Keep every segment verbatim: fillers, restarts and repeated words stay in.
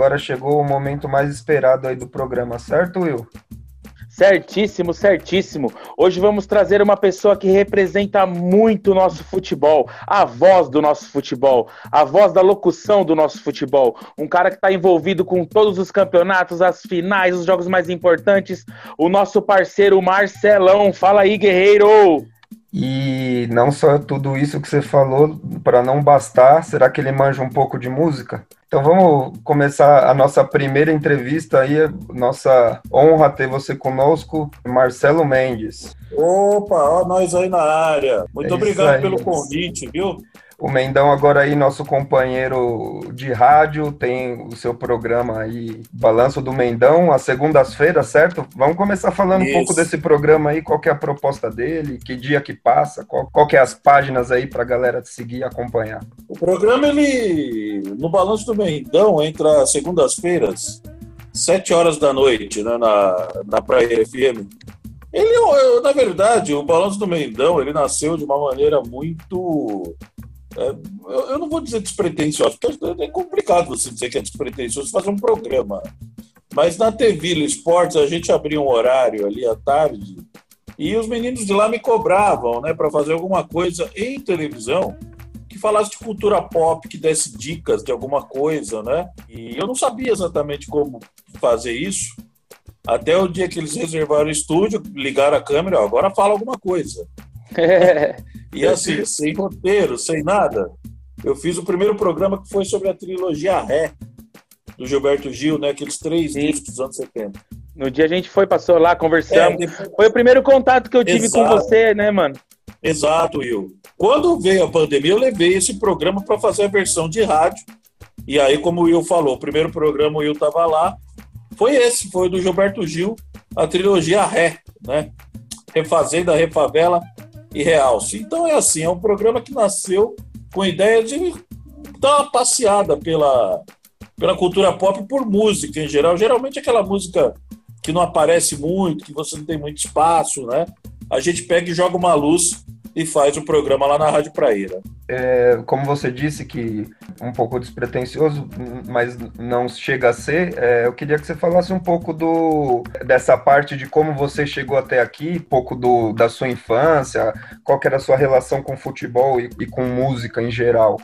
agora chegou o momento mais esperado aí do programa, certo, Will? Certíssimo, certíssimo. Hoje vamos trazer uma pessoa que representa muito o nosso futebol, a voz do nosso futebol, a voz da locução do nosso futebol. Um cara que está envolvido com todos os campeonatos, as finais, os jogos mais importantes. O nosso parceiro Marcelão. Fala aí, guerreiro! E não só tudo isso que você falou, para não bastar, será que ele manja um pouco de música? Então vamos começar a nossa primeira entrevista aí, nossa honra ter você conosco, Marcelo Mendes. Opa, ó, nós aí na área. Muito é obrigado pelo convite, viu? O Mendão agora aí, nosso companheiro de rádio, tem o seu programa aí, Balanço do Mendão, às segundas-feiras, certo? Vamos começar falando Isso. um pouco desse programa aí, qual que é a proposta dele, que dia que passa, qual, qual que é as páginas aí pra galera seguir e acompanhar. O programa, ele, no Balanço do Mendão, entra às segundas-feiras, sete horas da noite, né, na, na Praia F M. Ele, eu, na verdade, o Balanço do Mendão, ele nasceu de uma maneira muito... É, eu, eu não vou dizer despretensioso, porque é complicado você dizer que é despretensioso fazer um programa. Mas na T V Esportes a gente abria um horário ali à tarde e os meninos de lá me cobravam, né, para fazer alguma coisa em televisão que falasse de cultura pop, que desse dicas de alguma coisa, né? E eu não sabia exatamente como fazer isso. Até o dia que eles reservaram o estúdio, ligaram a câmera, ó, agora fala alguma coisa. E assim, sem roteiro, sem nada, eu fiz o primeiro programa que foi sobre a trilogia Ré, do Gilberto Gil, né? Aqueles três Sim. discos dos anos setenta. No dia a gente foi, passou lá, conversamos. É, depois... Foi o primeiro contato que eu tive Exato. com você, né, mano? Exato, Will. Quando veio a pandemia, eu levei esse programa para fazer a versão de rádio. E aí, como o Will falou, o primeiro programa o Will tava lá. Foi esse, foi do Gilberto Gil, a trilogia Ré, né? Refazenda, Refavela e Realce. Então é assim, é um programa que nasceu com a ideia de dar uma passeada pela, pela cultura pop por música em geral. Geralmente aquela música que não aparece muito, que você não tem muito espaço, né? A gente pega e joga uma luz e faz o programa lá na Rádio Praíra. É, como você disse que um pouco despretensioso, mas não chega a ser, é, eu queria que você falasse um pouco do, dessa parte de como você chegou até aqui, um pouco do, da sua infância, qual que era a sua relação com futebol e, e com música em geral.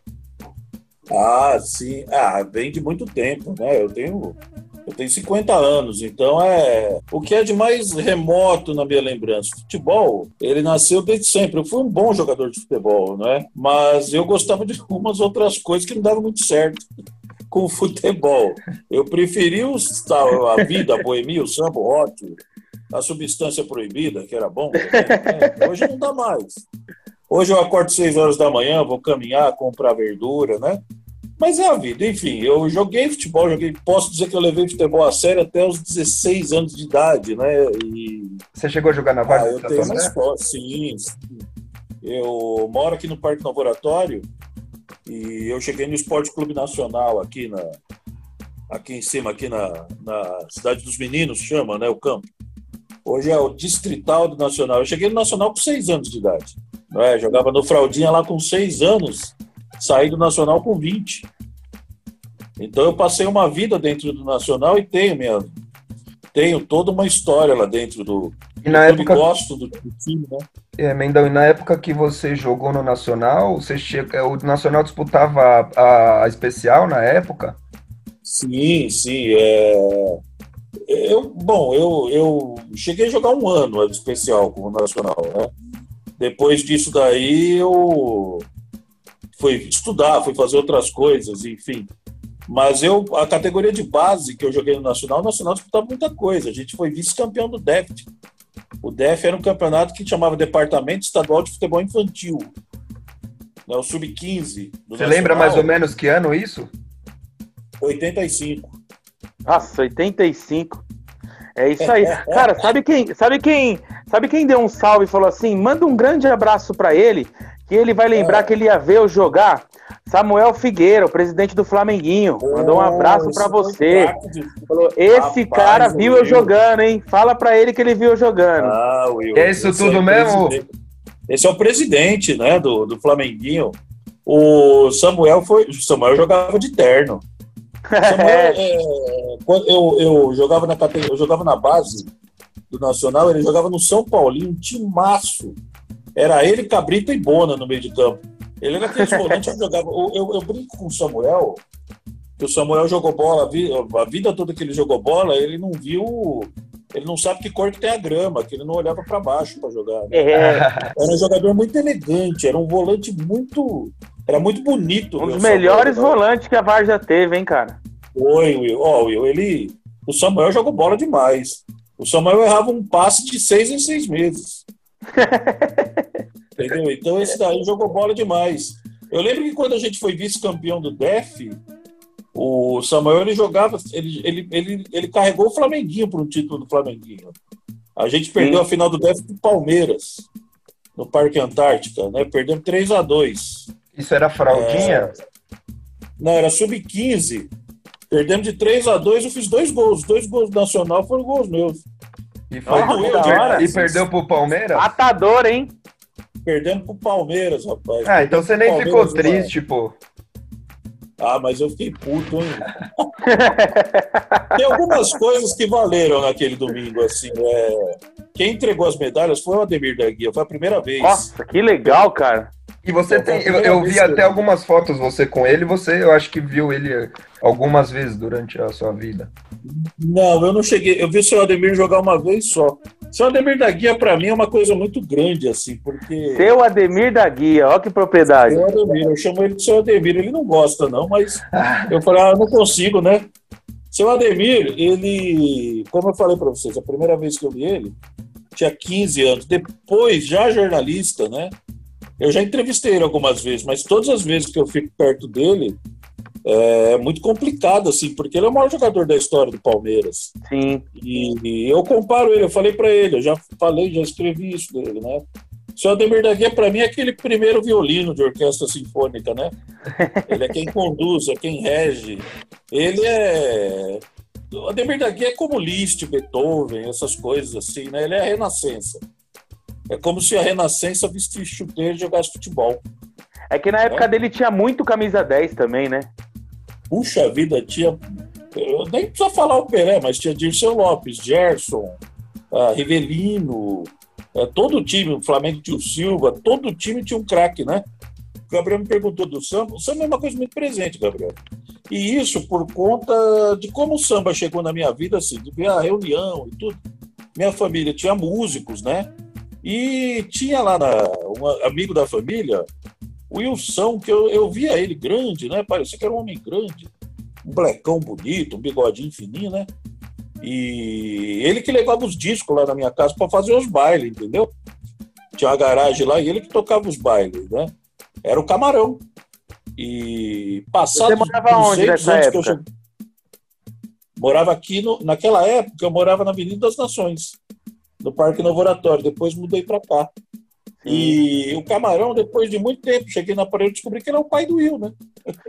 Ah, sim. Ah, vem de muito tempo, né? Eu tenho... Eu tenho cinquenta anos, então é o que é de mais remoto na minha lembrança. Futebol, ele nasceu desde sempre. Eu fui um bom jogador de futebol, né? Mas eu gostava de algumas outras coisas que não davam muito certo com o futebol. Eu preferi os, a vida, a boemia, o samba, o rock, a substância proibida, que era bom. Né? Hoje não dá mais. Hoje eu acordo seis horas da manhã, vou caminhar, comprar verdura, né? Mas é a vida, enfim, eu joguei futebol, joguei, posso dizer que eu levei futebol a sério até os dezesseis anos de idade, né? E... Você chegou a jogar na Vargas? Ah, eu tenho uma escola, sim, sim. Eu moro aqui no Parque Novo Oratório e eu cheguei no Esporte Clube Nacional aqui, na, aqui em cima, aqui na, na Cidade dos Meninos, chama, né, o campo. Hoje é o Distrital do Nacional. Eu cheguei no Nacional com seis anos de idade, não é? Jogava no Fraldinha lá com seis anos. Saí do Nacional com vinte. Então eu passei uma vida dentro do Nacional e tenho minha, tenho toda uma história lá dentro do... E na eu época... gosto do, do time, né? É, Mendão, e na época que você jogou no Nacional, você chega... o Nacional disputava a, a especial na época? Sim, sim. É... Eu, bom, eu, eu cheguei a jogar um ano a especial com o Nacional, né? Depois disso daí eu... fui estudar, fui fazer outras coisas, enfim. Mas eu, a categoria de base que eu joguei no Nacional, o Nacional disputava muita coisa. A gente foi vice-campeão do D E F. O D E F era um campeonato que chamava Departamento Estadual de Futebol Infantil. Né, o sub quinze do Você Nacional. lembra mais ou menos que ano isso? oitenta e cinco. Nossa, oitenta e cinco. É isso aí. Cara, sabe quem, sabe quem, sabe quem deu um salve e falou assim, manda um grande abraço pra ele, que ele vai lembrar é. que ele ia ver eu jogar? Samuel Figueira, o presidente do Flamenguinho, oh, mandou um abraço pra você. De... Falou, esse Rapaz, cara viu eu jogando, hein? Fala pra ele que ele viu eu jogando. Ah, Will, é isso tudo é mesmo? Esse é o presidente, né, do, do Flamenguinho. O Samuel foi, o Samuel jogava de terno. Samuel, é, quando eu, eu, jogava na, eu jogava na base do Nacional, ele jogava no São Paulinho, um timaço. Era ele, Cabrita e Bona no meio de campo. Ele era aquele volante que jogava. Eu, eu, eu brinco com o Samuel, que o Samuel jogou bola, a vida, a vida toda que ele jogou bola, ele não viu. Ele não sabe que cor que tem a grama, que ele não olhava para baixo para jogar. Né? É. Era um jogador muito elegante, era um volante muito. Era muito bonito. Um dos melhores Samuel, volantes que a Várzea teve, hein, cara? Foi, Will. Ó, Will, ele. O Samuel jogou bola demais. O Samuel errava um passe de seis em seis meses. Entendeu? Então esse daí jogou bola demais. Eu lembro que quando a gente foi vice-campeão do D E F, o Samuel ele jogava, ele, ele, ele, ele carregou o Flamenguinho para um título do Flamenguinho. A gente perdeu Sim. a final do D E F pro Palmeiras, no Parque Antártica, né? Perdemos três a dois. Isso era fraldinha? É... Não, era sub quinze. Perdemos de três a dois, eu fiz dois gols. Dois gols do Nacional foram gols meus. E, foi, ah, per... e perdeu pro Palmeiras? Matador, hein? Perdemos pro Palmeiras, rapaz. Ah, então você nem ficou triste, lá. pô. Ah, mas eu fiquei puto, hein? Tem algumas coisas que valeram naquele domingo, assim. É... Quem entregou as medalhas foi o Ademir da Guia, foi a primeira vez. Nossa, que legal, cara. E você então, tem, eu, eu vi até algumas fotos você com ele, você, eu acho que viu ele algumas vezes durante a sua vida. Não, eu não cheguei, eu vi o seu Ademir jogar uma vez só. O seu Ademir da Guia, pra mim, é uma coisa muito grande, assim, porque... Seu Ademir da Guia, ó que propriedade. Seu Ademir, eu chamo ele de seu Ademir, ele não gosta, não, mas eu falei, ah, não consigo, né? Seu Ademir, ele, como eu falei pra vocês, a primeira vez que eu vi ele, tinha quinze anos, depois, já jornalista, né? Eu já entrevistei ele algumas vezes, mas todas as vezes que eu fico perto dele, é muito complicado, assim, porque ele é o maior jogador da história do Palmeiras. Sim. E, e eu comparo ele, eu falei pra ele, eu já falei, já escrevi isso dele, né? O seu Ademir da Guia, pra mim, é aquele primeiro violino de orquestra sinfônica, né? Ele é quem conduz, é quem rege. Ele é... O Ademir da Guia é como Liszt, Beethoven, essas coisas assim, né? Ele é a Renascença. É como se a Renascença vestisse chuteiro e jogasse futebol. É que na época é. dele tinha muito camisa dez também, né? Puxa vida, tinha... Eu nem precisa falar o Pelé, mas tinha Dirceu Lopes, Gerson, uh, Rivelino, uh, todo o time, o Flamengo tinha o Silva, todo o time tinha um craque, né? O Gabriel me perguntou do samba. O samba é uma coisa muito presente, Gabriel. E isso por conta de como o samba chegou na minha vida, assim, de ver a reunião e tudo. Minha família tinha músicos, né? E tinha lá na, um amigo da família, o Wilson, que eu, eu via ele grande, né? Parecia que era um homem grande. Um blecão bonito, um bigodinho fininho, né? E ele que levava os discos lá na minha casa para fazer os bailes, entendeu? Tinha uma garagem lá e ele que tocava os bailes, né? Era o Camarão. E passado Você morava onde nessa época? Eu cheguei... Morava aqui, no... naquela época eu morava na Avenida das Nações, no Parque Novo Oratório, depois mudei para cá. Sim. E o Camarão, depois de muito tempo, cheguei na parede e descobri que ele é o pai do Will, né?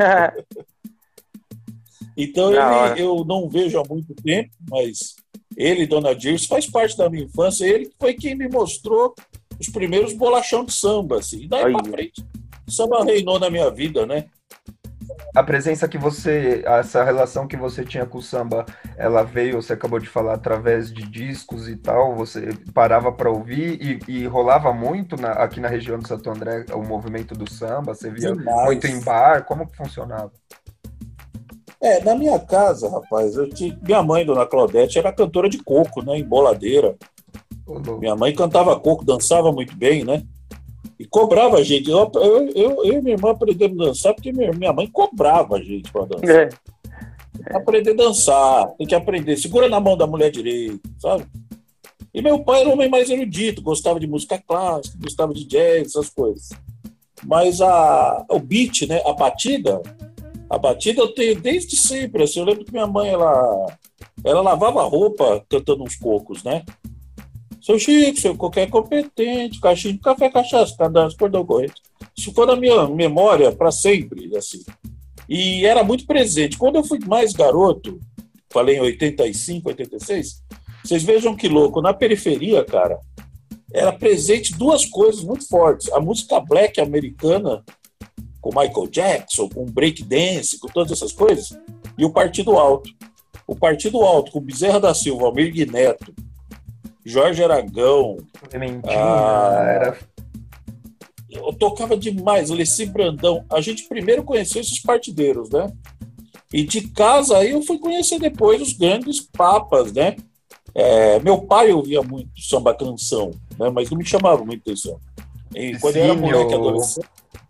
Então ele, eu não vejo há muito tempo, mas ele, Dona Dirce, faz parte da minha infância. Ele foi quem me mostrou os primeiros bolachão de samba, assim. E daí para frente, o samba reinou na minha vida, né? A presença que você, essa relação que você tinha com o samba, ela veio, você acabou de falar, através de discos e tal, você parava para ouvir e, e rolava muito na, aqui na região de Santo André o movimento do samba, você via Demais. muito em bar, como que funcionava? É, na minha casa, rapaz, eu tinha, minha mãe, Dona Claudete, era cantora de coco, né, emboladeira. Oh, minha mãe cantava coco, dançava muito bem, né? E cobrava a gente. Eu, eu, eu, eu e minha irmã aprendemos a dançar porque minha mãe cobrava a gente para dançar. É. Aprender a dançar, tem que aprender. Segura na mão da mulher direito, sabe? E meu pai era um homem mais erudito, gostava de música clássica, gostava de jazz, essas coisas. Mas a, o beat, né, a batida, a batida eu tenho desde sempre. Assim, eu lembro que minha mãe, ela, ela lavava roupa cantando uns cocos, né? Seu Chico, seu qualquer competente, caixinha de café, cachaça, cadastro, cordão corrente. Isso foi na minha memória para sempre, assim. E era muito presente. Quando eu fui mais garoto, falei em oitenta e cinco, oitenta e seis, vocês vejam que louco, na periferia, cara, era presente duas coisas muito fortes. A música black americana, com Michael Jackson, com breakdance, com todas essas coisas, e o Partido Alto. O Partido Alto, com Bezerra da Silva, Almir Neto, Jorge Aragão. Clementina, ah, era... Eu tocava demais, Alessi Brandão. A gente primeiro conheceu esses partideiros, né? E de casa aí eu fui conhecer depois os grandes papas, né? É, meu pai ouvia muito samba canção, né? Mas não me chamava muito atenção. E quando eu era moleque adolescente,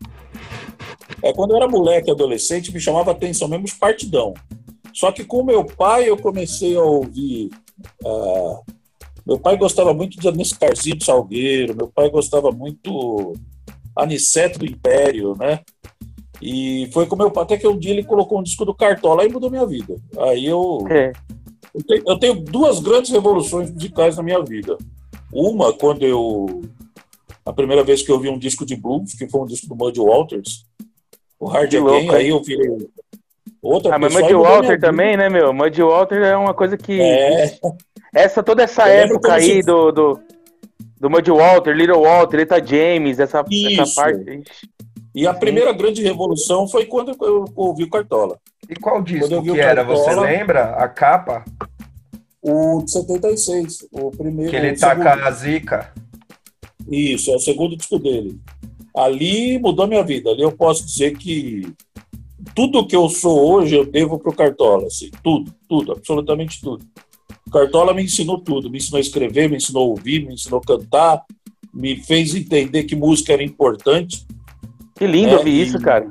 é, quando eu era moleque adolescente, me chamava atenção mesmo os partidão. Só que com meu pai eu comecei a ouvir. Uh, meu pai gostava muito de Aniscarzinho do Salgueiro, meu pai gostava muito Aniceto do Império, né? E foi com meu pai, até que um dia ele colocou um disco do Cartola e mudou minha vida. Aí eu, é. eu, tenho, eu tenho duas grandes revoluções musicais na minha vida. Uma, quando eu... A primeira vez que eu vi um disco de blues, que foi um disco do Muddy Walters, o Hard que Again, louco, aí eu virei... Outra ah, mas Muddy Walter também, né, meu? Muddy Walter é uma coisa que... É. Essa, toda essa eu época aí se... do, do, do Muddy Walter, Little Walter, Eta James, essa, essa parte... E a primeira grande revolução foi quando eu ouvi o Cartola. E qual disco que o era? Cartola, você lembra? A capa? O de setenta e seis. O primeiro. Que ele taca a zica. Isso, é o segundo disco dele. Ali mudou minha vida. Ali eu posso dizer que tudo que eu sou hoje eu devo pro Cartola. Assim, tudo, tudo, absolutamente tudo. O Cartola me ensinou tudo. Me ensinou a escrever, me ensinou a ouvir, me ensinou a cantar, me fez entender que música era importante. Que lindo é, ouvir e, isso, cara.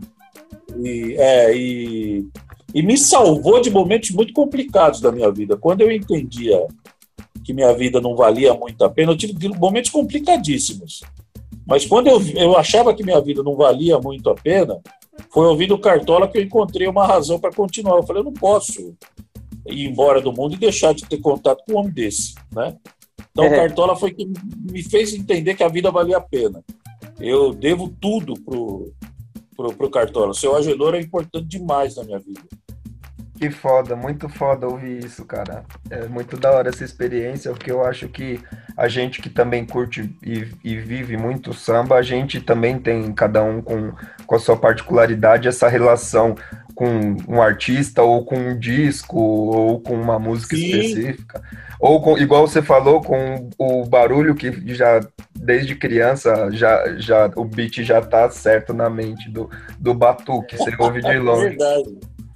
E, é, e, e me salvou de momentos muito complicados da minha vida. Quando eu entendia que minha vida não valia muito a pena, eu tive momentos complicadíssimos. Mas quando eu, eu achava que minha vida não valia muito a pena, foi ouvindo o Cartola que eu encontrei uma razão para continuar. Eu falei, eu não posso ir embora do mundo e deixar de ter contato com um homem desse, né? Então, é. O Cartola foi que me fez entender que a vida valia a pena. Eu devo tudo pro, pro, pro Cartola. O seu Agenor é importante demais na minha vida. Que foda, muito foda ouvir isso, cara. É muito da hora essa experiência, porque eu acho que a gente que também curte e, e vive muito samba, a gente também tem, cada um com, com a sua particularidade, essa relação com um artista, ou com um disco, ou com uma música Sim. específica. Ou, com, igual você falou, com o barulho que já, desde criança, já, já, o beat já tá certo na mente do, do batuque, você ouve de longe. Verdade.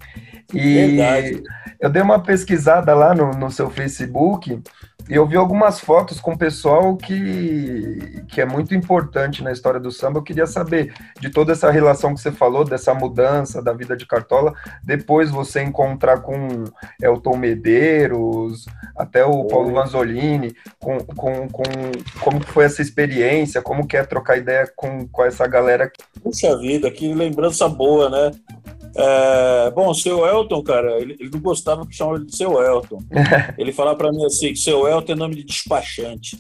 E Verdade. Eu dei uma pesquisada lá no, no seu Facebook e eu vi algumas fotos com o pessoal que, que é muito importante na história do samba. Eu queria saber de toda essa relação que você falou, dessa mudança da vida de Cartola, depois você encontrar com Elton Medeiros, até o Paulo Vanzolini, com, com, com, como foi essa experiência, como que é trocar ideia com, com essa galera. Puxa vida, que lembrança boa, né? É, bom, o seu Elton, cara, ele, ele não gostava que chamavam ele de seu Elton. Ele falava pra mim assim, que seu Elton é nome de despachante.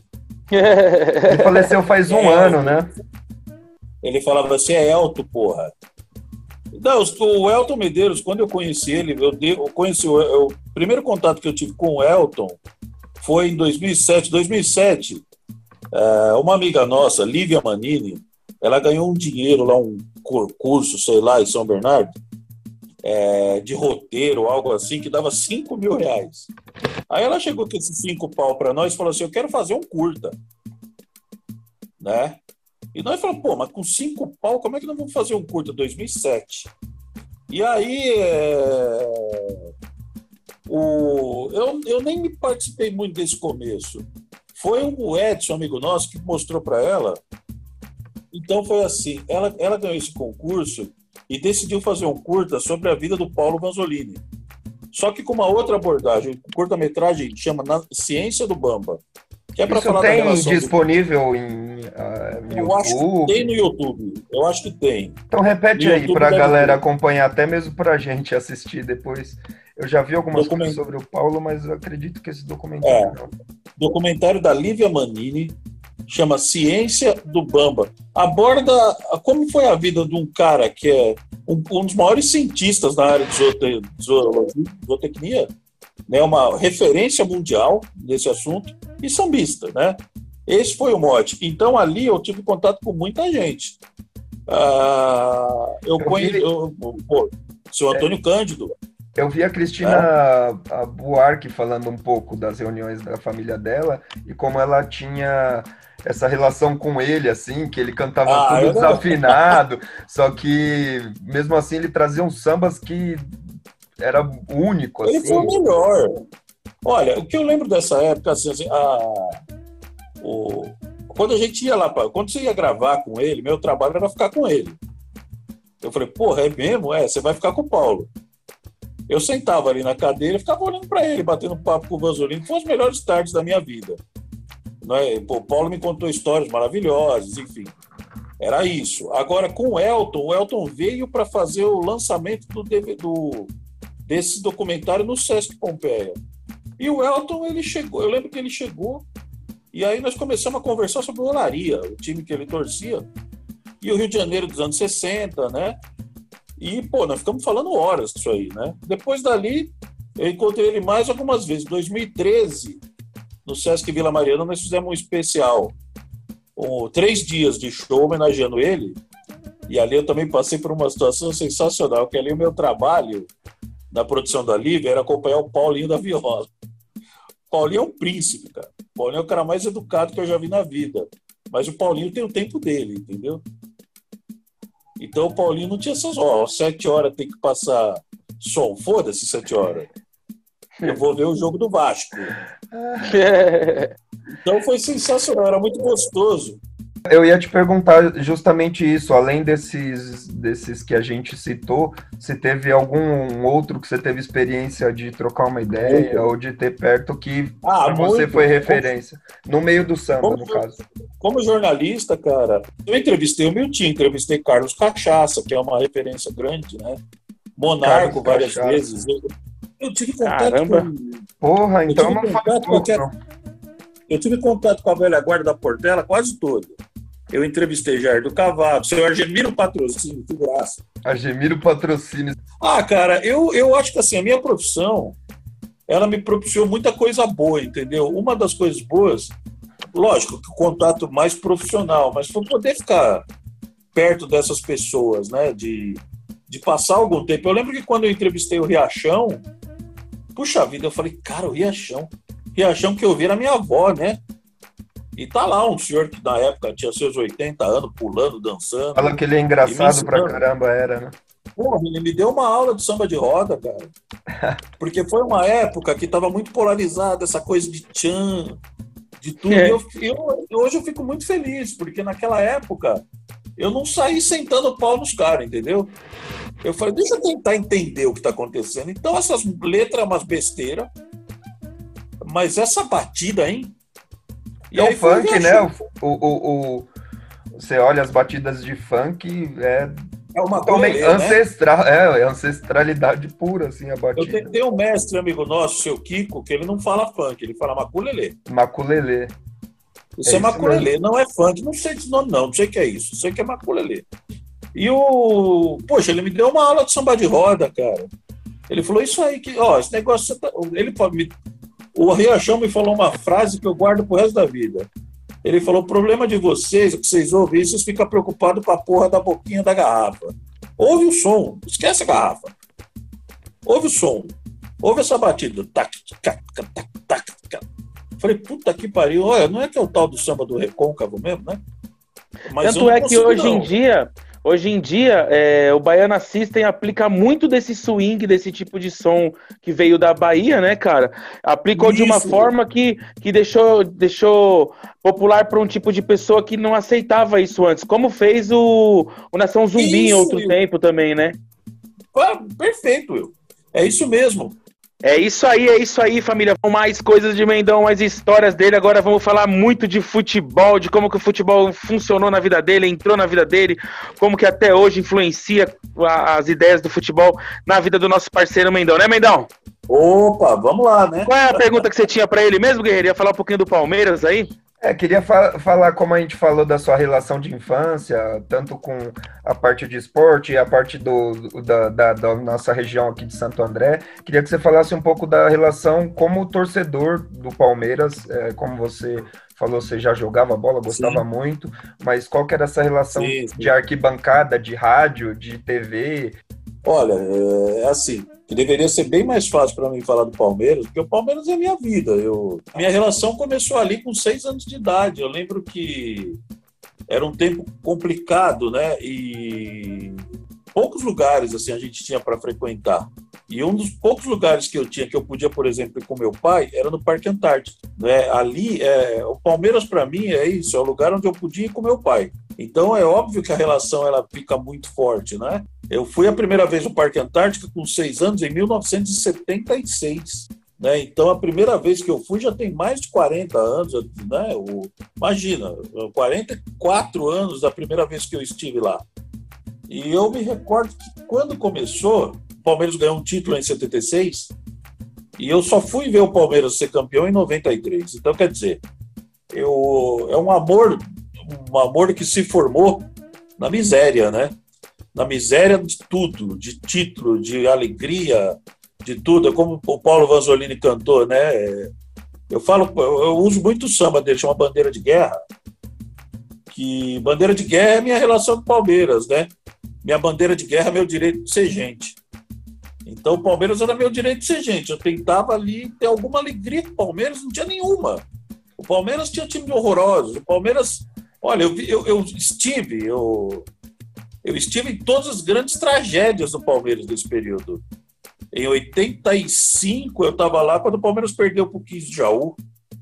Ele faleceu faz um é, ano, né? Ele falava assim, é Elton, porra. Não, o Elton Medeiros, quando eu conheci ele, eu, de, eu conheci o, eu, o primeiro contato que eu tive com o Elton foi em dois mil e sete. dois mil e sete, é, uma amiga nossa, Lívia Manini, ela ganhou um dinheiro lá, um concurso, sei lá, em São Bernardo, é, de roteiro, algo assim, que dava cinco mil reais. Aí ela chegou com esses cinco pau para nós e falou assim, eu quero fazer um curta. Né? E nós falamos, pô, mas com cinco pau, como é que nós vamos fazer um curta? dois mil e sete. E aí, é... o... eu, eu nem me participei muito desse começo. Foi o Edson, amigo nosso, que mostrou para ela. Então foi assim, ela, ela ganhou esse concurso e decidiu fazer um curta sobre a vida do Paulo Vanzolini. Só que com uma outra abordagem, um curta-metragem que chama Na Ciência do Bamba. Que é para falar tem da relação disponível do... em uh, Eu YouTube? Acho que tem no YouTube. Eu acho que tem. Então repete no aí para a galera ter. acompanhar, até mesmo para a gente assistir depois. Eu já vi algumas Document... coisas sobre o Paulo, mas eu acredito que esse documentário é. não. Documentário da Lívia Manini, chama Ciência do Bamba. Aborda como foi a vida de um cara que é um, um dos maiores cientistas na área de zoote, zoologia, zootecnia, né, uma referência mundial nesse assunto, e sambista, né? Esse foi o mote. Então, ali eu tive contato com muita gente. Ah, eu, eu conheço... Vi... Eu, pô, seu Antônio é. Cândido. Eu vi a Cristina é. a Buarque falando um pouco das reuniões da família dela e como ela tinha essa relação com ele, assim, que ele cantava ah, tudo desafinado, só que mesmo assim ele trazia uns sambas que era único, assim. Ele foi o melhor. Olha, o que eu lembro dessa época, assim, assim a, o, quando a gente ia lá, pra, quando você ia gravar com ele, meu trabalho era ficar com ele. Eu falei, porra, é mesmo? É, você vai ficar com o Paulo. Eu sentava ali na cadeira e ficava olhando para ele, batendo papo com o Vanzolini, que foram as melhores tardes da minha vida. Não é? Pô, o Paulo me contou histórias maravilhosas, enfim. Era isso. Agora, com o Elton, o Elton veio para fazer o lançamento do, do, desse documentário no Sesc Pompeia. E o Elton, ele chegou, eu lembro que ele chegou, e aí nós começamos a conversar sobre o Olaria, o time que ele torcia, e o Rio de Janeiro dos anos sessenta, né? E, pô, nós ficamos falando horas disso aí, né? Depois dali, eu encontrei ele mais algumas vezes. Em dois mil e treze, no Sesc Vila Mariana, nós fizemos um especial, um, três dias de show homenageando ele, e ali eu também passei por uma situação sensacional, que ali o meu trabalho na produção da Lívia era acompanhar o Paulinho da Viola. O Paulinho é um príncipe, cara. O Paulinho é o cara mais educado que eu já vi na vida. Mas o Paulinho tem o tempo dele, entendeu? Então o Paulinho não tinha essas horas. Sete horas tem que passar som. Foda-se, sete horas. Eu vou ver o jogo do Vasco. Então foi sensacional, era muito gostoso. Eu ia te perguntar justamente isso, além desses, desses que a gente citou, se teve algum outro que você teve experiência de trocar uma ideia muito. Ou de ter perto que ah, você muito. Foi referência, no meio do samba, como, no caso. Como jornalista, cara, eu entrevistei o Milton, entrevistei Carlos Cachaça, que é uma referência grande, né? Monarco, Carlos várias Cachaça. Vezes. Eu, eu tive contato Caramba. com... Porra, então não faz pouco, não. Eu tive contato com a velha guarda da Portela quase toda. Eu entrevistei Jair do Cavalo, seu Argemiro Patrocínio, que graça. Argemiro Patrocínio. Ah, cara, eu, eu acho que assim, a minha profissão, ela me propiciou muita coisa boa, entendeu? Uma das coisas boas, lógico, que o contato mais profissional, mas foi poder ficar perto dessas pessoas, né? De, de passar algum tempo. Eu lembro que quando eu entrevistei o Riachão, puxa vida, eu falei, cara, o Riachão. Riachão que eu vi era minha avó, né? E tá lá um senhor que na época tinha seus oitenta anos, pulando, dançando. Fala que ele é engraçado pra caramba, era, né? Porra, ele me deu uma aula de samba de roda, cara. Porque foi uma época que tava muito polarizada, essa coisa de tchan, de tudo. É. E eu, eu, hoje eu fico muito feliz, porque naquela época eu não saí sentando o pau nos caras, entendeu? Eu falei, deixa eu tentar entender o que tá acontecendo. Então essas letras é umas besteiras, mas essa batida, hein? E é o funk, né? O, o, o, você olha as batidas de funk, é, é uma coisa ancestral, né? é, é ancestralidade pura, assim, a batida. Eu tenho um mestre amigo nosso, seu Kiko, que ele não fala funk, ele fala maculelê. Maculelê. Isso é, é maculelê, isso não é funk, não sei esse nome não, não sei o que é isso, sei que é maculelê. E o... Poxa, ele me deu uma aula de samba de roda, cara. Ele falou isso aí, que, ó, esse negócio... Tá... Ele me... O Riachão me falou uma frase que eu guardo pro resto da vida. Ele falou, o problema de vocês, é que vocês ouvem isso, vocês ficam preocupados com a porra da boquinha da garrafa. Ouve o som, esquece a garrafa. Ouve o som, ouve essa batida. Tac, tac, tac, tac, tac. Falei, puta que pariu, olha, não é que é o tal do samba do recôncavo mesmo, né? Mas tanto é que hoje não. em dia... Hoje em dia, é, o Baiana System aplica muito desse swing, desse tipo de som que veio da Bahia, né, cara? Aplicou Isso. de uma forma que, que deixou, deixou popular para um tipo de pessoa que não aceitava isso antes, como fez o, o Nação Zumbi isso, em outro Will. tempo também, né? Ah, perfeito, Will. É isso mesmo. É isso aí, é isso aí, família. Mais coisas de Mendão, mais histórias dele. Agora vamos falar muito de futebol, de como que o futebol funcionou na vida dele, entrou na vida dele, como que até hoje influencia as ideias do futebol na vida do nosso parceiro Mendão, né, Mendão? Opa, vamos lá, né? Qual é a pergunta que você tinha pra ele mesmo, Guerreiro? Ia falar um pouquinho do Palmeiras aí? É, queria fa- falar como a gente falou da sua relação de infância, tanto com a parte de esporte e a parte do, da, da, da nossa região aqui de Santo André. Queria que você falasse um pouco da relação como torcedor do Palmeiras, é, como você falou, você já jogava bola, gostava sim. muito, mas qual que era essa relação sim, sim. de arquibancada, de rádio, de T V? Olha, é assim, que deveria ser bem mais fácil para mim falar do Palmeiras, porque o Palmeiras é minha vida. Eu, minha relação começou ali com seis anos de idade. Eu lembro que era um tempo complicado, né? E poucos lugares assim a gente tinha para frequentar. E um dos poucos lugares que eu tinha, que eu podia, por exemplo, ir com meu pai, era no Parque Antártico. Né? Ali, é, o Palmeiras, para mim, é isso, é o lugar onde eu podia ir com meu pai. Então, é óbvio que a relação ela fica muito forte, né? Eu fui a primeira vez no Parque Antártico com seis anos, em mil novecentos e setenta e seis. Né? Então, a primeira vez que eu fui já tem mais de quarenta anos. Né? O, imagina, quarenta e quatro anos da primeira vez que eu estive lá. E eu me recordo que quando começou, o Palmeiras ganhou um título em setenta e seis e eu só fui ver o Palmeiras ser campeão em noventa e três. Então, quer dizer, eu, é um amor, um amor que se formou na miséria, né? Na miséria de tudo, de título, de alegria, de tudo. É como o Paulo Vanzolini cantou, né? Eu falo, eu uso muito o samba dele, chama Bandeira de Guerra, que bandeira de guerra é minha relação com o Palmeiras, né? Minha bandeira de guerra é meu direito de ser gente. Então, o Palmeiras era meu direito de ser gente. Eu tentava ali ter alguma alegria com o Palmeiras, não tinha nenhuma. O Palmeiras tinha time horroroso. O Palmeiras... Olha, eu, eu, eu estive... Eu, eu estive em todas as grandes tragédias do Palmeiras nesse período. Em oitenta e cinco, eu estava lá quando o Palmeiras perdeu para o quinze de Jaú,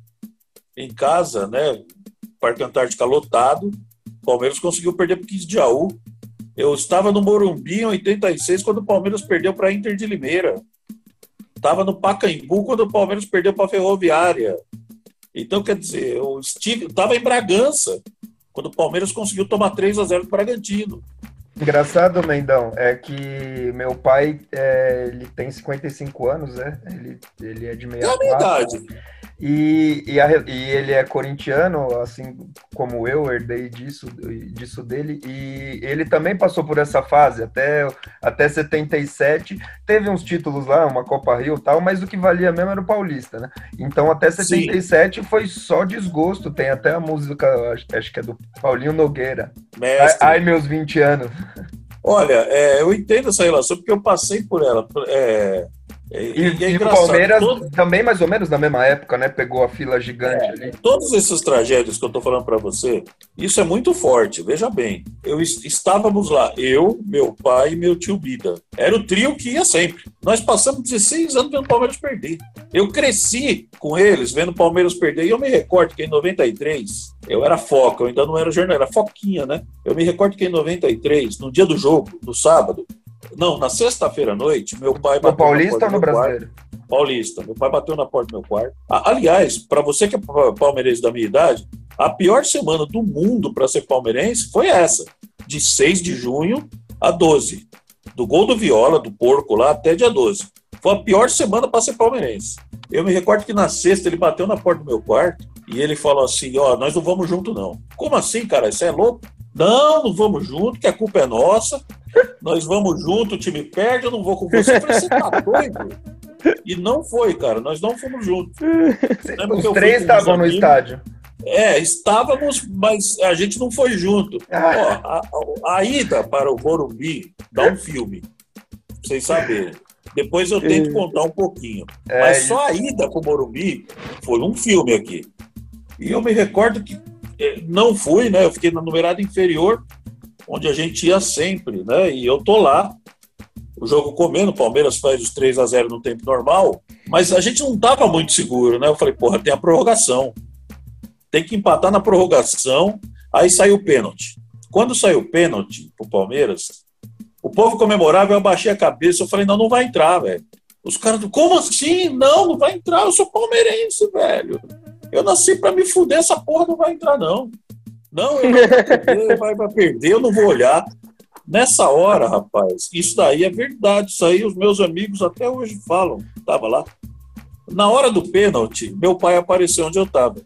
em casa, né? Parque Antártica lotado. O Palmeiras conseguiu perder para o quinze de Jaú. Eu estava no Morumbi em oitenta e seis, quando o Palmeiras perdeu para a Inter de Limeira. Estava no Pacaembu, quando o Palmeiras perdeu para a Ferroviária. Então, quer dizer, eu estava em Bragança, quando o Palmeiras conseguiu tomar três a zero do Bragantino. Engraçado, Mendão, é que meu pai, é, ele tem cinquenta e cinco anos, né? Ele, ele é de sessenta e quatro. É a minha idade. E, e, a, e ele é corintiano, assim como eu, herdei disso, disso dele, e ele também passou por essa fase, até, até setenta e sete, teve uns títulos lá, uma Copa Rio e tal, mas o que valia mesmo era o Paulista, né? Então até setenta e sete Sim. foi só desgosto, tem até a música, acho, acho que é do Paulinho Nogueira, Mestre. Ai, ai meus vinte anos. Olha, é, eu entendo essa relação, porque eu passei por ela, é... E, e, é e o Palmeiras todo... também mais ou menos na mesma época, né? Pegou a fila gigante é, ali. Todas essas tragédias que eu tô falando para você, isso é muito forte, veja bem. Eu estávamos lá, eu, meu pai e meu tio Bida. Era o trio que ia sempre. Nós passamos dezesseis anos vendo o Palmeiras perder. Eu cresci com eles vendo o Palmeiras perder. E eu me recordo que em noventa e três, eu era Foca, eu ainda não era jornal, era Foquinha, né? Eu me recordo que em noventa e três, no dia do jogo, no sábado, não, na sexta-feira à noite, meu pai bateu no Paulista ou no Brasileiro? Quarto. Paulista. Meu pai bateu na porta do meu quarto. Aliás, para você que é palmeirense da minha idade, a pior semana do mundo para ser palmeirense foi essa, de seis de junho a doze. Do gol do Viola, do Porco lá, até dia doze. Foi a pior semana para ser palmeirense. Eu me recordo que na sexta ele bateu na porta do meu quarto e ele falou assim, ó, oh, nós não vamos junto não. Como assim, cara? Isso é louco? Não, não vamos junto, que a culpa é nossa. Nós vamos junto, o time perde, eu não vou com você. Eu falei, você tá doido? E não foi, cara, nós não fomos juntos. Os três estavam no estádio. É, estávamos, mas a gente não foi junto. Ah. Ó, a, a ida para o Morumbi dá um filme, pra vocês saberem. Depois eu tento contar um pouquinho. É, mas só a ida para o Morumbi foi um filme aqui. E eu me recordo que não fui, né? Eu fiquei na numerada inferior, onde a gente ia sempre, né? E eu tô lá, o jogo comendo, o Palmeiras faz os três a zero no tempo normal, mas a gente não tava muito seguro, né? Eu falei, porra, tem a prorrogação. Tem que empatar na prorrogação, aí saiu o pênalti. Quando saiu o pênalti pro Palmeiras, o povo comemorava, eu abaixei a cabeça, eu falei, não, não vai entrar, velho. Os caras, como assim? Não, não vai entrar, eu sou palmeirense, velho. Eu nasci pra me fuder, essa porra não vai entrar, não. Não, eu não vou perder, vai, vai perder, eu não vou olhar. Nessa hora, rapaz, isso daí é verdade, isso aí os meus amigos até hoje falam, tava lá. Na hora do pênalti, meu pai apareceu onde eu tava.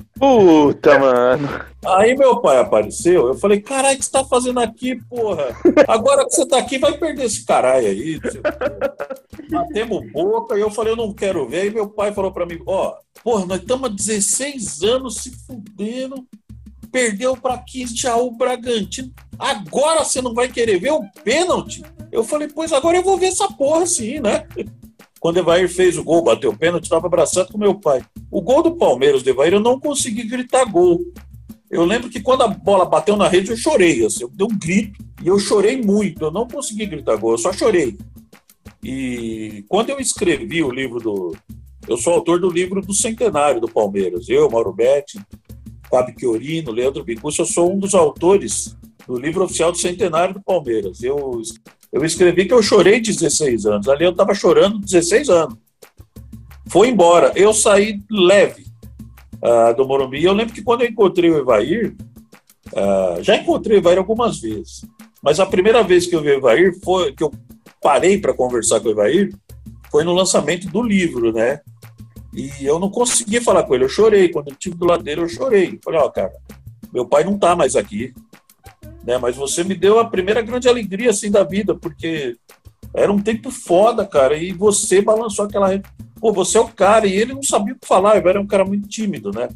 Puta, mano. Aí meu pai apareceu, eu falei, caralho, o que você tá fazendo aqui, porra? Agora que você tá aqui, vai perder esse caralho aí. Batemos boca, e eu falei, eu não quero ver. Aí meu pai falou pra mim, ó, porra, nós estamos há dezesseis anos se fudendo, perdeu pra quinze de Jaú Bragantino. Agora você não vai querer ver o pênalti? Eu falei, pois agora eu vou ver essa porra assim, né? Quando o Evair fez o gol, bateu o pênalti, estava abraçado com meu pai. O gol do Palmeiras, do Evair, eu não consegui gritar gol. Eu lembro que quando a bola bateu na rede, eu chorei. Assim, eu dei um grito e eu chorei muito. Eu não consegui gritar gol, eu só chorei. E quando eu escrevi o livro do... Eu sou autor do livro do centenário do Palmeiras. Eu, Mauro Betti, Fábio Chiorino, Leandro Bicucci, eu sou um dos autores do livro oficial do centenário do Palmeiras. Eu... Eu escrevi que eu chorei dezesseis anos. Ali eu estava chorando dezesseis anos. Foi embora. Eu saí leve uh, do Morumbi. Eu lembro que quando eu encontrei o Evair, uh, já encontrei o Evair algumas vezes, mas a primeira vez que eu vi o Evair, foi, que eu parei para conversar com o Evair, foi no lançamento do livro, né? E eu não consegui falar com ele. Eu chorei. Quando eu estive do lado dele, eu chorei. Falei, ó, oh, cara, meu pai não está mais aqui. Né, mas você me deu a primeira grande alegria assim da vida, porque era um tempo foda, cara, e você balançou aquela... Pô, você é o cara, e ele não sabia o que falar, ele era um cara muito tímido, né?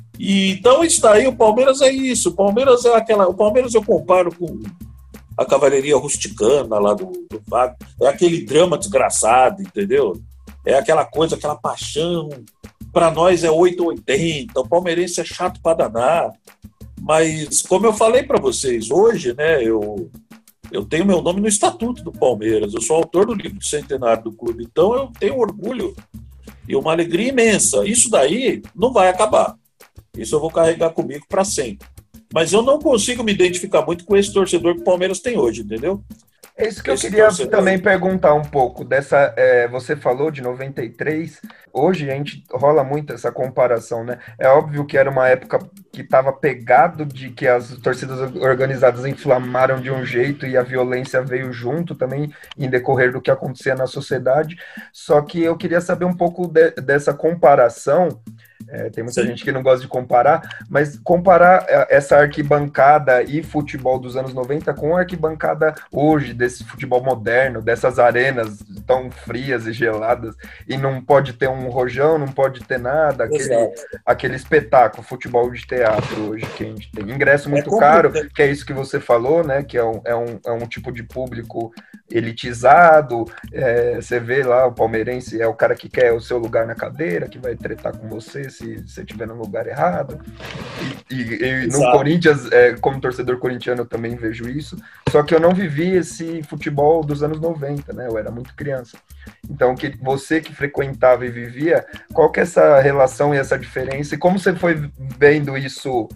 E, então está aí, o Palmeiras é isso, o Palmeiras é aquela... O Palmeiras eu comparo com a cavalaria rusticana lá do, do Vago, é aquele drama desgraçado, entendeu? É aquela coisa, aquela paixão, para nós é oito ou oitenta, o palmeirense é chato para danar. Mas, como eu falei para vocês, hoje, né, eu, eu tenho meu nome no Estatuto do Palmeiras, eu sou autor do livro do centenário do clube, então eu tenho orgulho e uma alegria imensa. Isso daí não vai acabar, isso eu vou carregar comigo para sempre. Mas eu não consigo me identificar muito com esse torcedor que o Palmeiras tem hoje, entendeu? É isso que eu queria torcedor... também perguntar um pouco dessa. É, você falou de noventa e três, hoje a gente rola muito essa comparação, né? É óbvio que era uma época que estava pegado de que as torcidas organizadas inflamaram de um jeito e a violência veio junto também em decorrer do que acontecia na sociedade. Só que eu queria saber um pouco de, dessa comparação. É, tem muita Sim. gente que não gosta de comparar, mas comparar essa arquibancada e futebol dos anos noventa com a arquibancada hoje, desse futebol moderno, dessas arenas tão frias e geladas, e não pode ter um rojão, não pode ter nada, aquele, aquele espetáculo, futebol de teatro hoje que a gente tem. Ingresso muito é caro, que é isso que você falou, né? Que é um, é um, é um tipo de público elitizado, é, você vê lá o palmeirense é o cara que quer o seu lugar na cadeira, que vai tretar com você se você estiver no lugar errado. E, e, e no Corinthians, é, como torcedor corintiano, eu também vejo isso. Só que eu não vivi esse futebol dos anos noventa, né? Eu era muito criança. Então, que você que frequentava e vivia, qual que é essa relação e essa diferença? E como você foi vendo isso?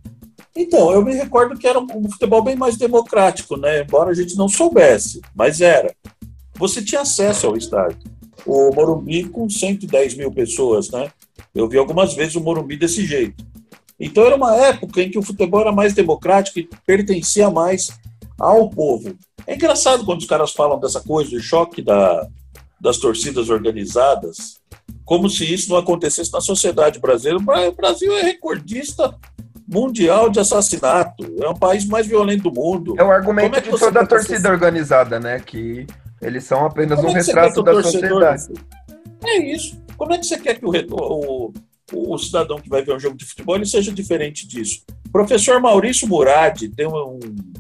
Então, eu me recordo que era um futebol bem mais democrático, né? Embora a gente não soubesse, mas era. Você tinha acesso ao estádio. O Morumbi com cento e dez mil pessoas, né? Eu vi algumas vezes o Morumbi desse jeito. Então era uma época em que o futebol era mais democrático e pertencia mais ao povo. É engraçado quando os caras falam dessa coisa, do choque da, das torcidas organizadas, como se isso não acontecesse na sociedade brasileira. O Brasil é recordista mundial de assassinato. É o país mais violento do mundo. É o argumento é de toda a torcida organizada, né? Que eles são apenas um retrato da sociedade. É isso. Como é que você quer que o, o, o cidadão que vai ver um jogo de futebol ele seja diferente disso? O professor Maurício Murad tem um,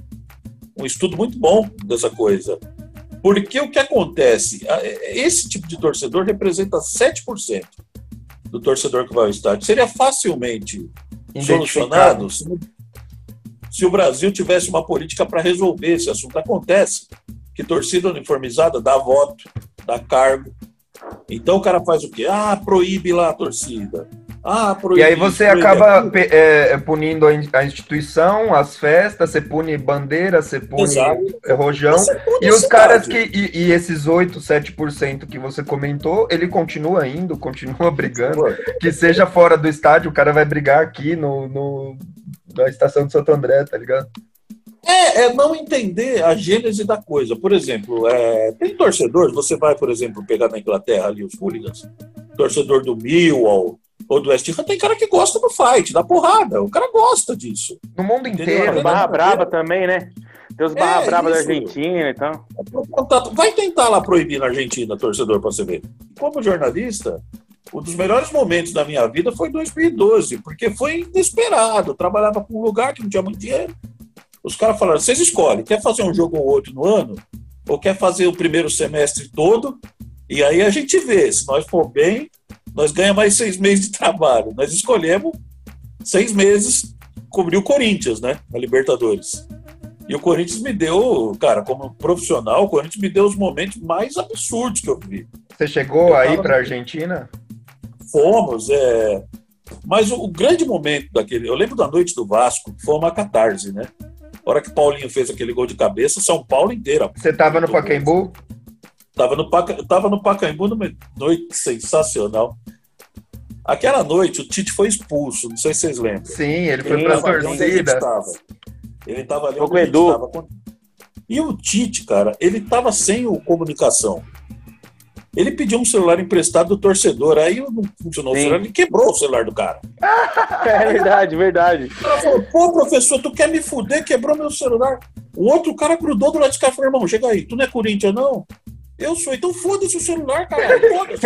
um estudo muito bom dessa coisa. Porque o que acontece? Esse tipo de torcedor representa sete por cento do torcedor que vai ao estádio. Seria facilmente solucionado se, se o Brasil tivesse uma política para resolver esse assunto. Acontece que torcida uniformizada dá voto, dá cargo. Então o cara faz o quê? Ah, proíbe lá a torcida. Ah, proíbe, e aí você acaba é, punindo a instituição, as festas, você pune bandeira, você pune Exato. rojão. Você pune e os cidade. caras que. E, e esses oito, sete por cento que você comentou, ele continua indo, continua brigando. Que seja fora do estádio, o cara vai brigar aqui no, no, na estação de Santo André, tá ligado? É, é não entender a gênese da coisa. Por exemplo, é, tem torcedores, você vai, por exemplo, pegar na Inglaterra ali os hooligans, torcedor do Millwall ou do West Ham, tem cara que gosta do fight, da porrada. O cara gosta disso. No mundo inteiro. Tem barra brava também, né? Tem os barra é, brava da Argentina e tal. Vai tentar lá proibir na Argentina, torcedor, pra você ver. Como jornalista, um dos melhores momentos da minha vida foi dois mil e doze, porque foi inesperado. Eu trabalhava com um lugar que não tinha muito dinheiro. Os caras falaram, vocês escolhem, quer fazer um jogo ou outro no ano? ou quer fazer o primeiro semestre todo, e aí a gente vê, se nós for bem, nós ganhamos mais seis meses de trabalho. Nós escolhemos seis meses cobrir o Corinthians, né, na Libertadores. E o Corinthians me deu, cara, como profissional, o Corinthians me deu os momentos mais absurdos que eu vi. Você chegou eu aí tava... para a Argentina? Fomos, é... Mas o, o grande momento daquele... Eu lembro da noite do Vasco, foi uma catarse, né? A hora que o Paulinho fez aquele gol de cabeça, São Paulo inteira. Você estava no Pacaembu? Tava no, Paca... Tava no Pacaembu numa noite sensacional. Aquela noite, o Tite foi expulso, não sei se vocês lembram. Sim, ele foi para a torcida. Ele estava ali onde a gente estava. E o Tite, cara, ele estava sem o comunicação. Ele pediu um celular emprestado do torcedor, aí não funcionou. Sim. O celular, ele quebrou o celular do cara. É verdade, verdade. O cara falou, pô, professor, tu quer me fuder? Quebrou meu celular. O outro cara grudou do lado de cá e falou, irmão, chega aí, tu não é Corinthians, não? Eu sou, então foda-se o celular, caralho, foda-se.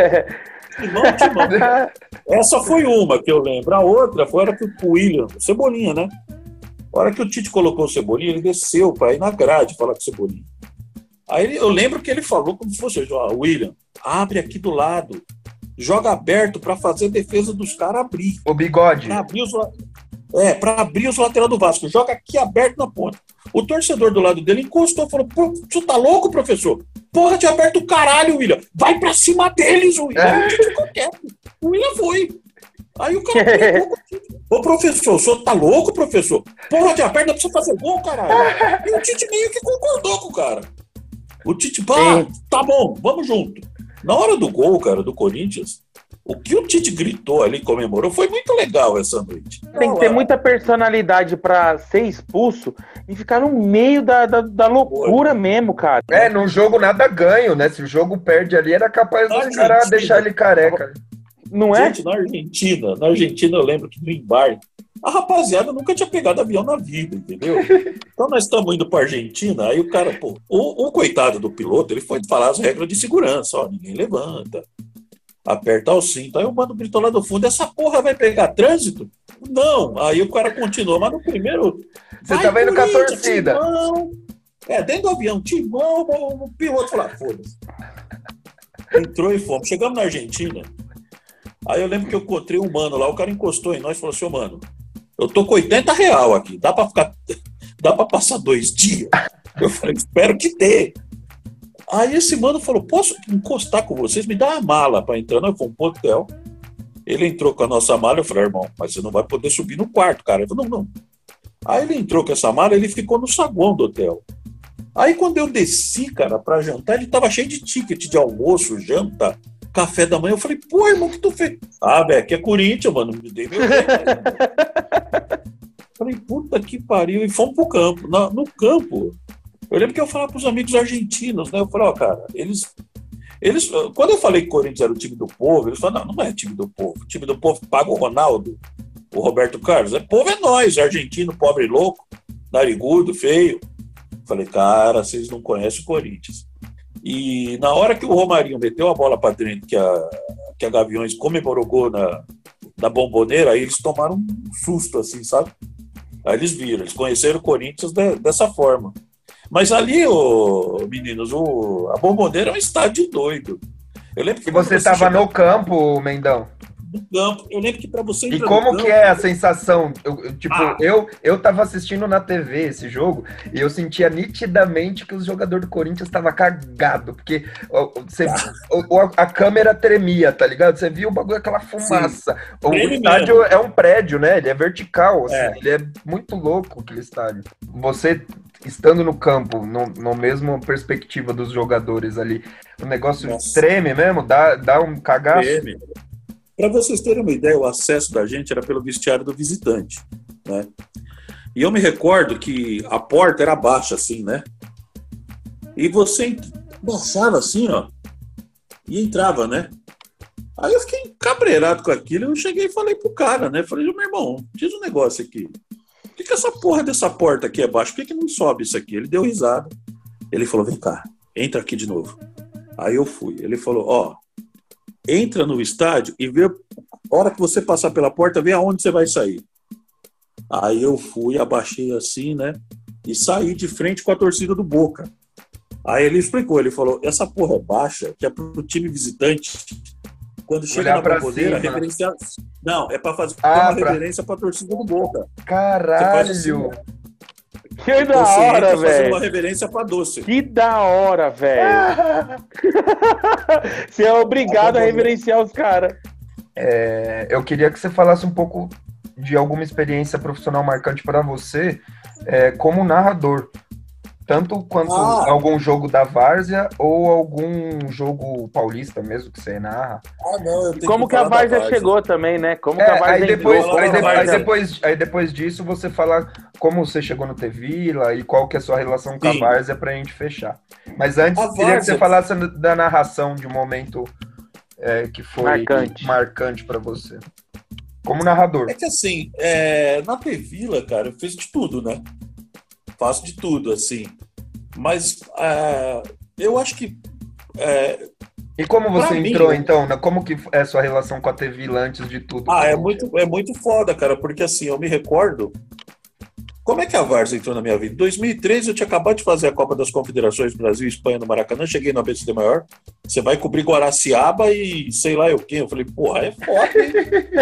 Timão, timão. Essa foi uma que eu lembro. A outra foi a hora que o William, o Cebolinha, né? A hora que o Tite colocou o Cebolinha, ele desceu para ir na grade falar com o Cebolinha. Aí ele, eu lembro que ele falou como se fosse, ó, William, abre aqui do lado, joga aberto para fazer a defesa dos caras abrir. O bigode. Pra abrir os, é, para abrir os laterais do Vasco. Joga aqui aberto na ponta. O torcedor do lado dele encostou e falou, pô, tu tá louco, professor? Porra de aberto o caralho, William. Vai pra cima deles, William. Aí o Tite ficou quieto. O William foi. Aí o cara pegou, ô professor, o senhor tá louco, professor? Porra de aberto, não precisa fazer gol, caralho. E o Tite meio que concordou com o cara. O Tite, pá, tá bom, vamos junto. Na hora do gol, cara, do Corinthians, o que o Tite gritou ali, comemorou, foi muito legal essa noite. Tem que ter muita personalidade pra ser expulso e ficar no meio da, da, da loucura mesmo, cara. É, num jogo nada ganho, né? Se o jogo perde ali, era capaz dos caras deixar ele careca. Não é? Gente, na Argentina, na Argentina eu lembro que no embarque, a rapaziada nunca tinha pegado avião na vida, entendeu? Então nós estamos indo para a Argentina, aí o cara, pô, o, o coitado do piloto, ele foi falar as regras de segurança, ó, ninguém levanta, aperta o cinto, aí o mano gritou lá do fundo, essa porra vai pegar trânsito? Não, aí o cara continuou, mas no primeiro... Você tava indo com a torcida. Timão, é, dentro do avião, Timão, o, o piloto falou, ah, foda-se. Entrou e fomos, chegamos na Argentina, aí eu lembro que eu encontrei um mano lá, o cara encostou em nós e falou assim, ô mano, eu tô com oitenta real aqui, dá pra ficar, dá pra passar dois dias? Eu falei, espero que dê. Aí esse mano falou, posso encostar com vocês? Me dá uma mala pra entrar. Nós fomos pro hotel, ele entrou com a nossa mala, eu falei, irmão, mas você não vai poder subir no quarto, cara. Ele falou, não, não. Aí ele entrou com essa mala, ele ficou no saguão do hotel. Aí quando eu desci, cara, pra jantar, ele tava cheio de ticket de almoço, janta, café da manhã. Eu falei, pô, irmão, o que tu fez? Ah, velho, aqui é Corinthians, mano, me dei meu bem. Falei, puta que pariu. E fomos pro campo. Na, no campo, eu lembro que eu falava pros amigos argentinos, né? Eu falei, ó, cara, eles, eles... Quando eu falei que o Corinthians era o time do povo, eles falaram, não, não é time do povo. O time do povo paga o Ronaldo, o Roberto Carlos. É povo é nós, argentino, pobre e louco, narigudo, feio. Falei, cara, vocês não conhecem o Corinthians. E na hora que o Romarinho meteu a bola para dentro, que a, que a Gaviões comemorou o gol na, na Bomboneira, aí eles tomaram um susto, assim, sabe? Aí eles viram, eles conheceram o Corinthians de, dessa forma. Mas ali, ô, meninos, o, a Bomboneira é um estádio doido. Eu lembro que e você estava no campo, Mendão? No campo. Eu lembro que para você entrar. E como que é a sensação? Eu, eu, tipo, ah. eu, eu tava assistindo na T V esse jogo e eu sentia nitidamente que os jogadores do Corinthians estavam cagados, porque você, ah. o, a câmera tremia, tá ligado? Você via o bagulho, aquela fumaça. Sim. O Ele estádio mesmo. É um prédio, né? Ele é vertical, assim, é. Ele é muito louco, aquele estádio. Você estando no campo, no, no mesmo perspectiva dos jogadores ali, o negócio Nossa. Treme mesmo, dá, dá um cagaço. Treme. Para vocês terem uma ideia, o acesso da gente era pelo vestiário do visitante, né? E eu me recordo que a porta era baixa, assim, né? E você baixava assim, ó, e entrava, né? Aí eu fiquei encabreirado com aquilo, eu cheguei e falei pro cara, né? Falei, meu irmão, diz um negócio aqui. Por que, que essa porra dessa porta aqui é baixa? Por que, que não sobe isso aqui? Ele deu risada. Ele falou, vem cá, entra aqui de novo. Aí eu fui. Ele falou, ó, entra no estádio e vê, a hora que você passar pela porta, vê aonde você vai sair. Aí eu fui, abaixei assim, né? E saí de frente com a torcida do Boca. Aí ele explicou, ele falou, essa porra é baixa, que é pro time visitante, quando chega Olhar na pra bomboneira, cima. reverenciar... Não, é pra fazer Ah, uma pra- reverência pra torcida do Boca. Caralho! Você faz assim, Que então da você hora, entra fazendo uma velho. reverência pra doce. Que da hora, velho. Você é obrigado a reverenciar os caras. É, eu queria que você falasse um pouco de alguma experiência profissional marcante para você, é, como narrador. Tanto quanto Ah. algum jogo da Várzea ou algum jogo paulista mesmo que você narra. Ah, não, eu tenho Como que a falar da Várzea Várzea. chegou também, né? Como que É, a Várzea aí depois, entrou, aí, como de- a aí Várzea... depois, aí depois disso você fala como você chegou no Tevila e qual que é a sua relação com a Sim. Várzea pra gente fechar. Mas antes, A queria que você Várzea- falasse da narração de um momento é, que foi Marcante. marcante para você. Como narrador. É que assim, é, na Tevila, cara, eu fiz de tudo, né? Faço de tudo, assim. Mas é, eu acho que é, E como você Pra mim, entrou, eu- então? na- Como que é a sua relação com a Tevila antes de tudo? Ah, é muito, é muito foda, cara, porque assim, eu me recordo. Como é que a Várzea entrou na minha vida? Em dois mil e treze, eu tinha acabado de fazer a Copa das Confederações Brasil e Espanha no Maracanã, cheguei no A B C D Maior. Você vai cobrir Guaraciaba e sei lá eu quem. Eu falei, porra, é foda, hein?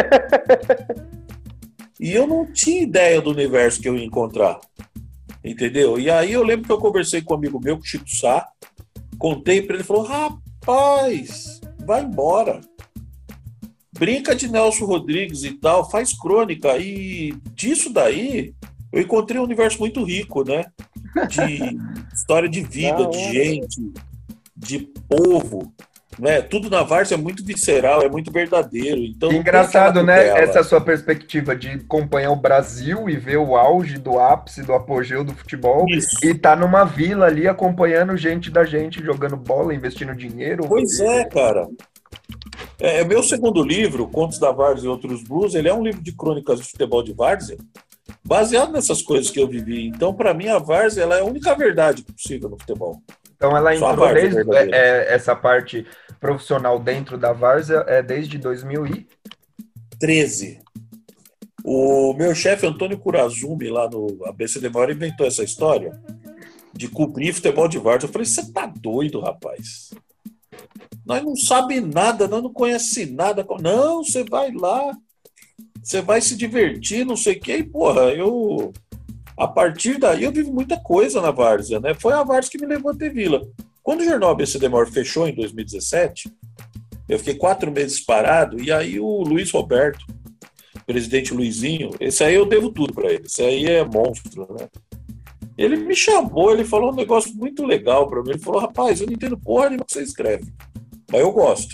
E eu não tinha ideia do universo que eu ia encontrar. Entendeu? E aí eu lembro que eu conversei com um amigo meu, com o Chico Sá, contei pra ele, ele falou, rapaz, vai embora. Brinca de Nelson Rodrigues e tal, faz crônica. E disso daí, eu encontrei um universo muito rico, né? De história de vida, Da de hora. gente, de povo. Né? Tudo na Várzea é muito visceral, é muito verdadeiro. Então, Que não tem aquela engraçado, né? tutela. Essa sua perspectiva de acompanhar o Brasil e ver o auge do ápice, do apogeu do futebol, Isso. e tá numa vila ali acompanhando gente da gente jogando bola, investindo dinheiro. Pois é, cara. É, meu segundo livro, Contos da Várzea e Outros Blues, ele é um livro de crônicas de futebol de Várzea, baseado nessas coisas que eu vivi. Então, para mim, a Várzea ela é a única verdade possível no futebol. Então ela Só a entrou Várzea desde verdadeira. é, é, essa parte profissional dentro da Várzea é desde dois mil e treze. O meu chefe Antônio Kurazumi, lá no A B C D Maior, inventou essa história de cobrir futebol de Várzea. Eu falei, você tá doido, rapaz? Nós não sabe nada, nós não conhece nada. Não, você vai lá, você vai se divertir, não sei o quê. E, porra, eu... A partir daí eu vivi muita coisa na Várzea, né? Foi a Várzea que me levou a Tevila. Quando o jornal A B C D Maior fechou em dois mil e dezessete, eu fiquei quatro meses parado, e aí o Luiz Roberto, presidente Luizinho, esse aí eu devo tudo para ele, esse aí é monstro, né? Ele me chamou, ele falou um negócio muito legal para mim, ele falou, rapaz, eu não entendo porra nenhuma que você escreve, mas eu gosto.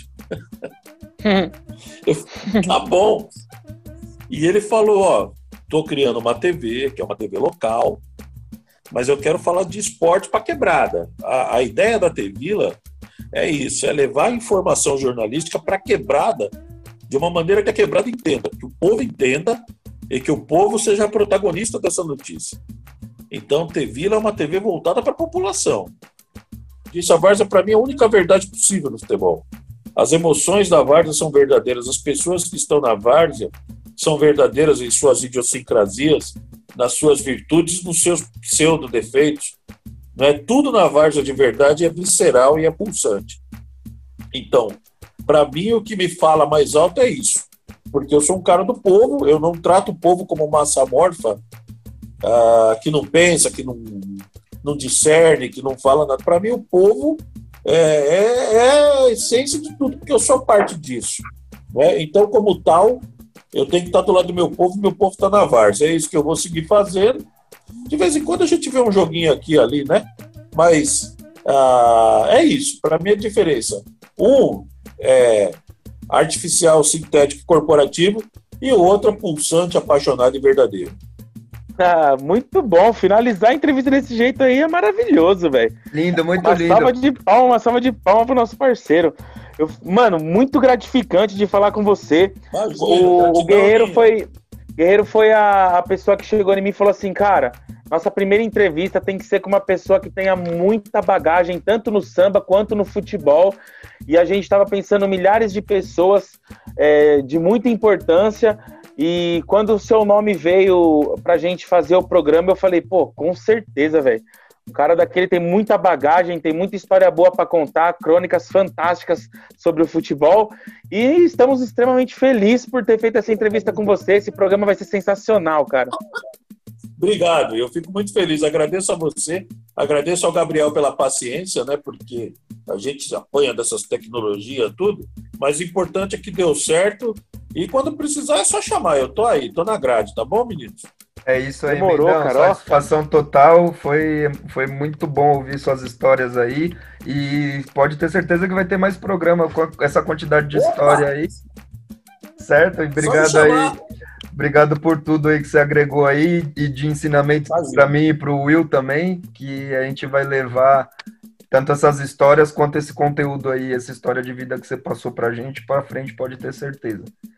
Eu, tá bom. E ele falou, ó, tô criando uma T V, que é uma T V local, mas eu quero falar de esporte para quebrada. A, a ideia da Tevila é isso, é levar informação jornalística para quebrada de uma maneira que a quebrada entenda, que o povo entenda e que o povo seja protagonista dessa notícia. Então, Tevila é uma T V voltada para a população. Isso, a Várzea, para mim, é a única verdade possível no futebol. As emoções da Várzea são verdadeiras, as pessoas que estão na Várzea são verdadeiras em suas idiosincrasias, nas suas virtudes, nos seus pseudo-defeitos. Não é tudo na Várzea de verdade, é visceral e é pulsante. Então, para mim, o que me fala mais alto é isso. Porque eu sou um cara do povo, eu não trato o povo como massa amorfa, ah, que não pensa, que não, não discerne, que não fala nada. Para mim, o povo é, é, é a essência de tudo, porque eu sou parte disso. Né? Então, como tal, eu tenho que estar do lado do meu povo, meu povo está na Várzea. É isso que eu vou seguir fazendo. De vez em quando a gente vê um joguinho aqui e ali, né? Mas ah, é isso. Para mim, a diferença. Um é artificial, sintético, corporativo, e o outro é pulsante, apaixonado e verdadeiro. Ah, muito bom. Finalizar a entrevista desse jeito aí é maravilhoso, velho. Lindo, muito Uma lindo. salva de palma, uma salva de palma pro nosso parceiro. Eu, mano, muito gratificante de falar com você. Imagina, O, o gratidão Guerreiro minha. foi, Guerreiro foi a, a pessoa que chegou em mim e falou assim, cara, nossa primeira entrevista tem que ser com uma pessoa que tenha muita bagagem, tanto no samba quanto no futebol. E a gente estava pensando milhares de pessoas é, de muita importância. E quando o seu nome veio pra gente fazer o programa, eu falei, pô, com certeza, velho. O cara daquele tem muita bagagem, tem muita história boa para contar, crônicas fantásticas sobre o futebol. E estamos extremamente felizes por ter feito essa entrevista com você. Esse programa vai ser sensacional, cara. Obrigado, eu fico muito feliz. Agradeço a você, agradeço ao Gabriel pela paciência, né? Porque a gente se apanha dessas tecnologias, tudo, mas o importante é que deu certo. E quando precisar é só chamar. Eu tô aí, tô na grade, tá bom, meninos? É isso aí, Demorou, Mendão. Carol. Satisfação total. Foi, foi muito bom ouvir suas histórias aí. E pode ter certeza que vai ter mais programa com essa quantidade de Opa! história aí. Certo? E obrigado aí. Obrigado por tudo aí que você agregou aí e de ensinamento para mim e para o Will também, que a gente vai levar tanto essas histórias quanto esse conteúdo aí, essa história de vida que você passou para a gente para frente, pode ter certeza.